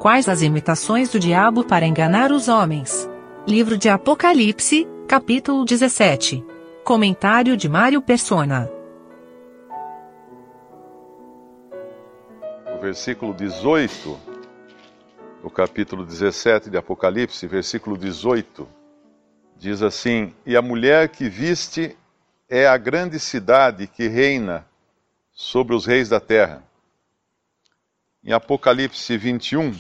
quais as imitações do diabo para enganar os homens. Livro de Apocalipse, capítulo 17. Comentário de Mário Persona. O versículo 18, do capítulo 17 de Apocalipse, versículo 18, diz assim: E a mulher que viste é a grande cidade que reina sobre os reis da terra. Em Apocalipse 21,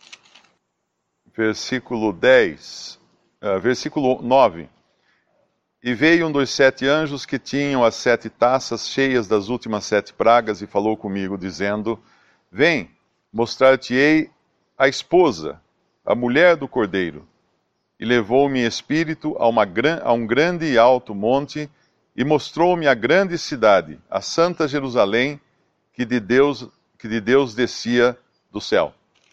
versículo 9. E veio um dos 7 anjos que tinham as 7 taças cheias das últimas 7 pragas e falou comigo, dizendo: Vem, mostrar-te-ei a esposa, a mulher do Cordeiro. E levou-me em espírito a um grande e alto monte, e mostrou-me a grande cidade, a santa Jerusalém, que de Deus descia do céu.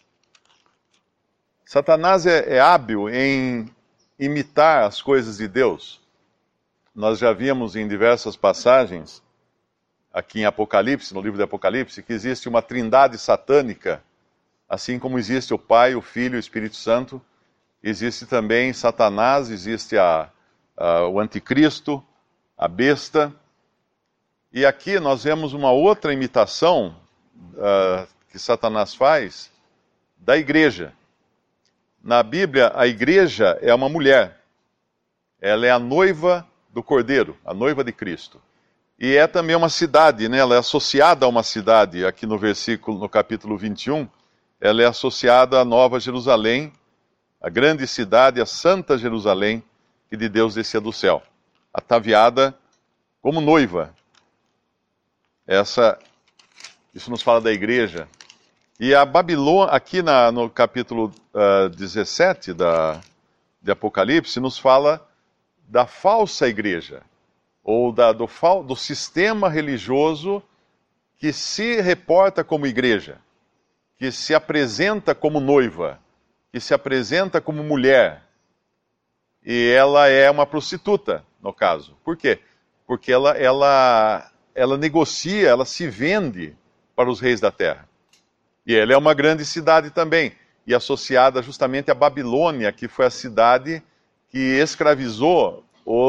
Satanás é hábil em imitar as coisas de Deus. Nós já vimos em diversas passagens, aqui em Apocalipse, no livro de Apocalipse, que existe uma trindade satânica, assim como existe o Pai, o Filho e o Espírito Santo. Existe também Satanás, existe o Anticristo, a besta. E aqui nós vemos uma outra imitação que Satanás faz da igreja. Na Bíblia, a igreja é uma mulher. Ela é a noiva do Cordeiro, a noiva de Cristo. E é também uma cidade, né? Ela é associada a uma cidade. Aqui no capítulo 21, ela é associada à Nova Jerusalém, a grande cidade, a Santa Jerusalém, que de Deus descia do céu, ataviada como noiva. Isso nos fala da igreja. E a Babilônia, aqui no capítulo 17 de Apocalipse, nos fala da falsa igreja, ou do sistema religioso que se reporta como igreja, que se apresenta como noiva, que se apresenta como mulher. E ela é uma prostituta, no caso. Por quê? Porque ela negocia, ela se vende para os reis da terra. E ela é uma grande cidade também, e associada justamente à Babilônia, que foi a cidade que escravizou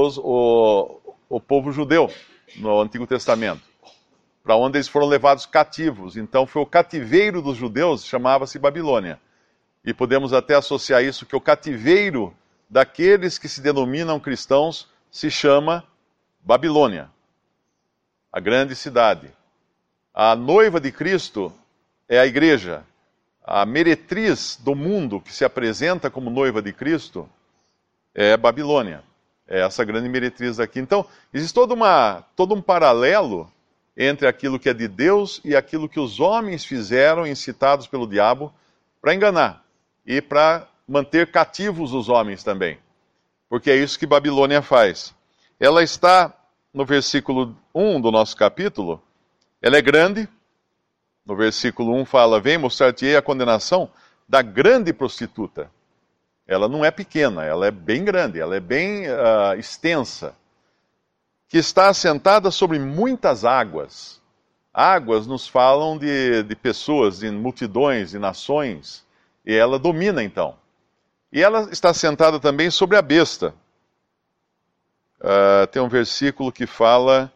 o povo judeu no Antigo Testamento, para onde eles foram levados cativos. Então foi o cativeiro dos judeus, chamava-se Babilônia. E podemos até associar isso, que o cativeiro daqueles que se denominam cristãos se chama Babilônia, a grande cidade. A noiva de Cristo é a igreja. A meretriz do mundo que se apresenta como noiva de Cristo é Babilônia. É essa grande meretriz aqui. Então, existe todo um paralelo entre aquilo que é de Deus e aquilo que os homens fizeram, incitados pelo diabo, para enganar e para manter cativos os homens também. Porque é isso que Babilônia faz. Ela está no versículo 1 do nosso capítulo. Ela é grande. No versículo 1 fala: Vem mostrar-te-ei a condenação da grande prostituta. Ela não é pequena, ela é bem grande, ela é bem extensa. Que está assentada sobre muitas águas. Águas nos falam de pessoas, de multidões, de nações. E ela domina então. E ela está sentada também sobre a besta. Tem um versículo que fala...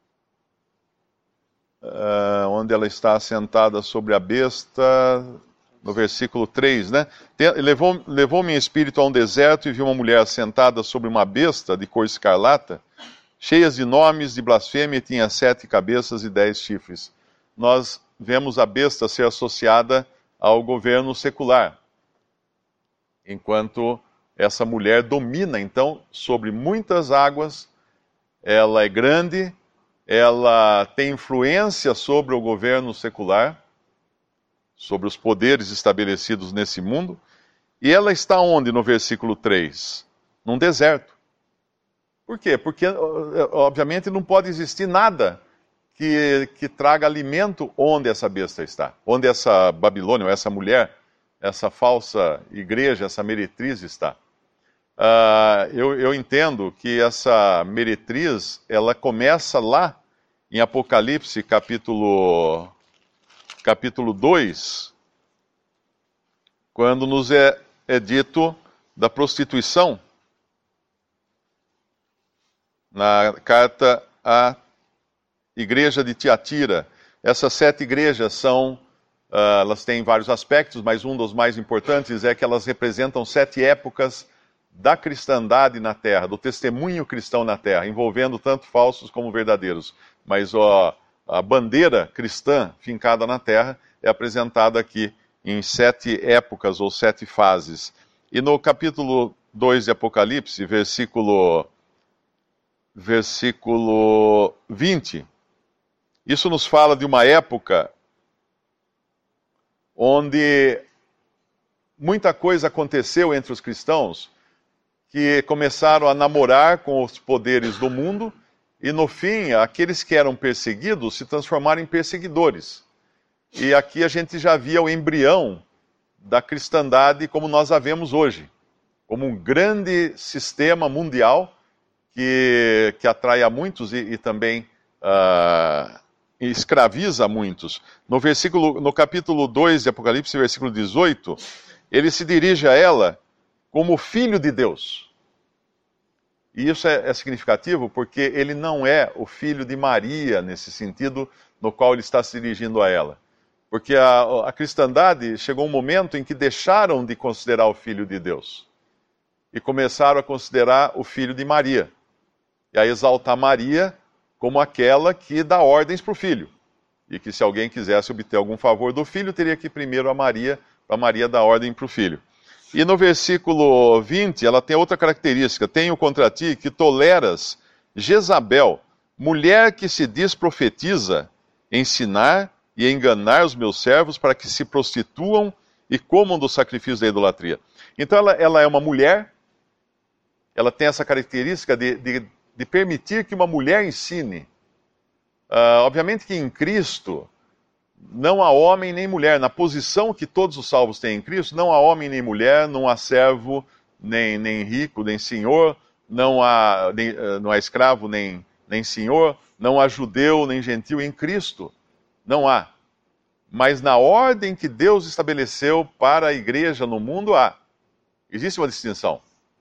onde ela está assentada sobre a besta, no versículo 3, né? Levou-me em espírito a um deserto e vi uma mulher assentada sobre uma besta de cor escarlata, cheias de nomes de blasfêmia, e tinha 7 cabeças e 10 chifres. Nós vemos a besta ser associada ao governo secular, enquanto essa mulher domina, então, sobre muitas águas. Ela é grande, ela tem influência sobre o governo secular, sobre os poderes estabelecidos nesse mundo, e ela está onde no versículo 3? Num deserto. Por quê? Porque, obviamente, não pode existir nada que traga alimento onde essa besta está, onde essa Babilônia, ou essa mulher, essa falsa igreja, essa meretriz está. Eu entendo que essa meretriz, ela começa lá em Apocalipse, capítulo 2, quando nos é dito da prostituição, na carta à igreja de Tiatira. Essas 7 igrejas são, elas têm vários aspectos, mas um dos mais importantes é que elas representam 7 épocas da cristandade na Terra, do testemunho cristão na Terra, envolvendo tanto falsos como verdadeiros. Mas a bandeira cristã fincada na Terra é apresentada aqui em 7 épocas ou 7 fases. E no capítulo 2 de Apocalipse, versículo 20, isso nos fala de uma época onde muita coisa aconteceu entre os cristãos que começaram a namorar com os poderes do mundo e, no fim, aqueles que eram perseguidos se transformaram em perseguidores. E aqui a gente já via o embrião da cristandade como nós a vemos hoje, como um grande sistema mundial que atrai a muitos e também escraviza muitos. No capítulo 2 de Apocalipse, versículo 18, ele se dirige a ela como filho de Deus. E isso é significativo porque ele não é o filho de Maria, nesse sentido, no qual ele está se dirigindo a ela. Porque a cristandade chegou um momento em que deixaram de considerar o filho de Deus e começaram a considerar o filho de Maria, e a exaltar Maria como aquela que dá ordens para o filho, e que se alguém quisesse obter algum favor do filho, teria que ir primeiro a Maria, para Maria dar ordem para o filho. E no versículo 20, ela tem outra característica: tenho contra ti que toleras Jezabel, mulher que se diz profetiza, ensinar e enganar os meus servos para que se prostituam e comam dos sacrifícios da idolatria. Então ela é uma mulher, ela tem essa característica de permitir que uma mulher ensine. Obviamente que em Cristo não há homem nem mulher, na posição que todos os salvos têm em Cristo, não há homem nem mulher, não há servo, nem rico, nem senhor, não há escravo, nem senhor, não há judeu, nem gentil em Cristo. Não há. Mas na ordem que Deus estabeleceu para a igreja no mundo, há. Existe uma distinção.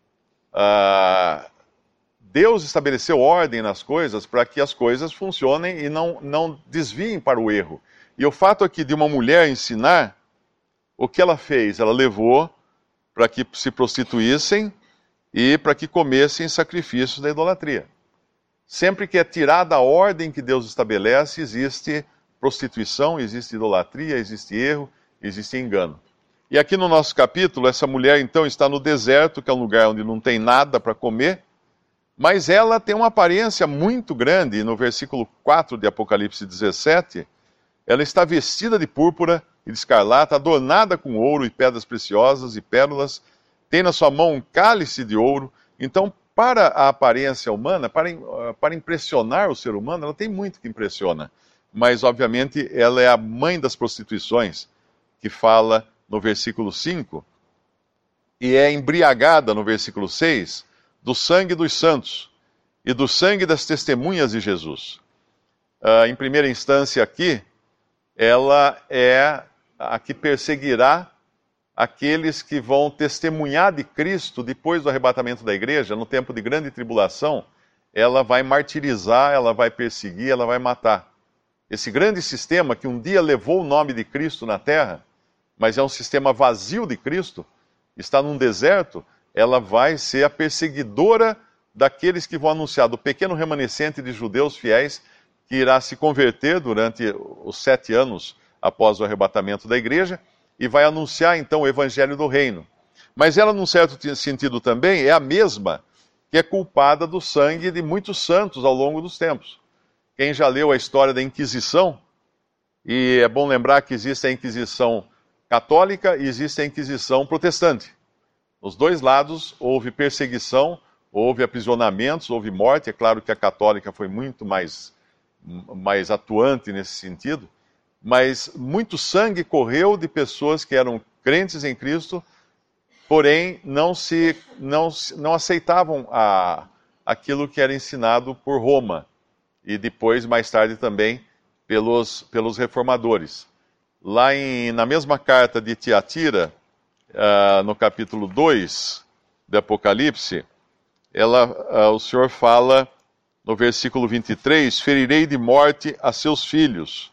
Deus estabeleceu ordem nas coisas para que as coisas funcionem e não desviem para o erro. E o fato aqui de uma mulher ensinar, o que ela fez? Ela levou para que se prostituíssem e para que comessem sacrifícios da idolatria. Sempre que é tirada a ordem que Deus estabelece, existe prostituição, existe idolatria, existe erro, existe engano. E aqui no nosso capítulo, essa mulher então está no deserto, que é um lugar onde não tem nada para comer, mas ela tem uma aparência muito grande. No versículo 4 de Apocalipse 17, ela está vestida de púrpura e de escarlata, adornada com ouro e pedras preciosas e pérolas, tem na sua mão um cálice de ouro. Então, para a aparência humana, para impressionar o ser humano, ela tem muito que impressiona. Mas, obviamente, ela é a mãe das prostituições, que fala no versículo 5, e é embriagada, no versículo 6, do sangue dos santos e do sangue das testemunhas de Jesus. Em primeira instância aqui, ela é a que perseguirá aqueles que vão testemunhar de Cristo depois do arrebatamento da igreja, no tempo de grande tribulação. Ela vai martirizar, ela vai perseguir, ela vai matar. Esse grande sistema que um dia levou o nome de Cristo na terra, mas é um sistema vazio de Cristo, está num deserto, ela vai ser a perseguidora daqueles que vão anunciar, do pequeno remanescente de judeus fiéis que irá se converter durante os 7 anos após o arrebatamento da igreja e vai anunciar então o evangelho do reino. Mas ela, num certo sentido também, é a mesma que é culpada do sangue de muitos santos ao longo dos tempos. Quem já leu a história da Inquisição, e é bom lembrar que existe a Inquisição católica e existe a Inquisição protestante. Nos dois lados houve perseguição, houve aprisionamentos, houve morte. É claro que a católica foi muito mais atuante nesse sentido, mas muito sangue correu de pessoas que eram crentes em Cristo, porém não aceitavam aquilo que era ensinado por Roma, e depois, mais tarde também, pelos reformadores. Lá na mesma carta de Tiatira, no capítulo 2 de Apocalipse, o Senhor fala no versículo 23, ferirei de morte a seus filhos,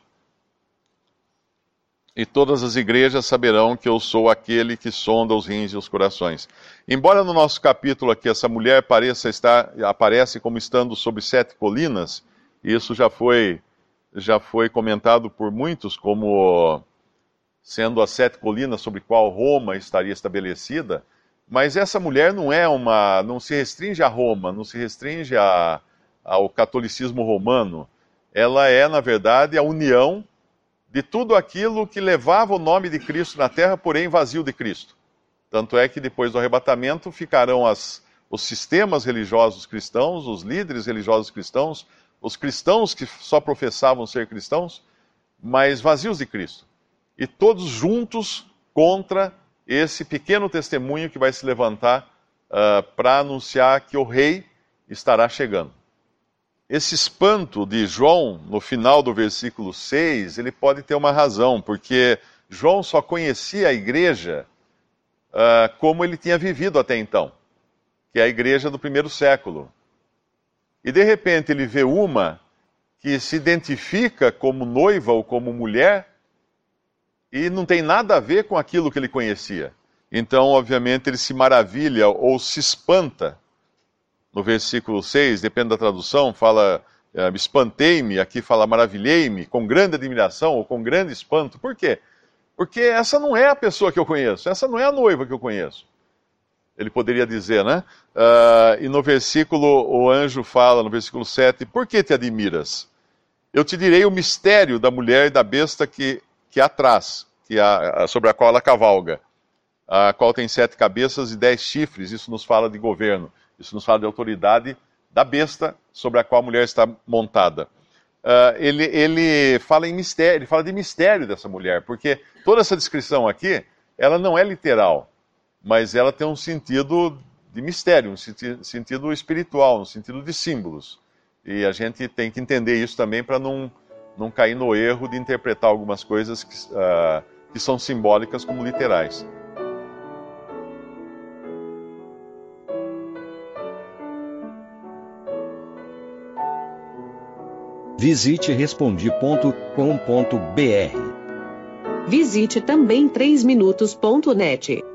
e todas as igrejas saberão que eu sou aquele que sonda os rins e os corações. Embora no nosso capítulo aqui essa mulher aparece como estando sobre 7 colinas, e isso já foi comentado por muitos como sendo as 7 colinas sobre qual Roma estaria estabelecida, mas essa mulher não se restringe a Roma, não se restringe ao catolicismo romano. Ela é, na verdade, a união de tudo aquilo que levava o nome de Cristo na terra, porém vazio de Cristo. Tanto é que depois do arrebatamento ficarão os sistemas religiosos cristãos, os líderes religiosos cristãos, os cristãos que só professavam ser cristãos, mas vazios de Cristo. E todos juntos contra esse pequeno testemunho que vai se levantar para anunciar que o rei estará chegando. Esse espanto de João, no final do versículo 6, ele pode ter uma razão, porque João só conhecia a igreja como ele tinha vivido até então, que é a igreja do primeiro século. E de repente ele vê uma que se identifica como noiva ou como mulher e não tem nada a ver com aquilo que ele conhecia. Então, obviamente, ele se maravilha ou se espanta. No versículo 6, depende da tradução, fala espantei-me, aqui fala maravilhei-me, com grande admiração ou com grande espanto. Por quê? Porque essa não é a pessoa que eu conheço, essa não é a noiva que eu conheço. Ele poderia dizer, né? E no versículo, o anjo fala, no versículo 7, por que te admiras? Eu te direi o mistério da mulher e da besta que há atrás, sobre a qual ela cavalga, a qual tem 7 cabeças e 10 chifres, isso nos fala de governo. Isso nos fala de autoridade da besta sobre a qual a mulher está montada. Ele fala em mistério, ele fala de mistério dessa mulher, porque toda essa descrição aqui, ela não é literal, mas ela tem um sentido de mistério, um sentido espiritual, um sentido de símbolos. E a gente tem que entender isso também para não cair no erro de interpretar algumas coisas que são simbólicas como literais. Visite Respondi.com.br. Visite também 3minutos.net.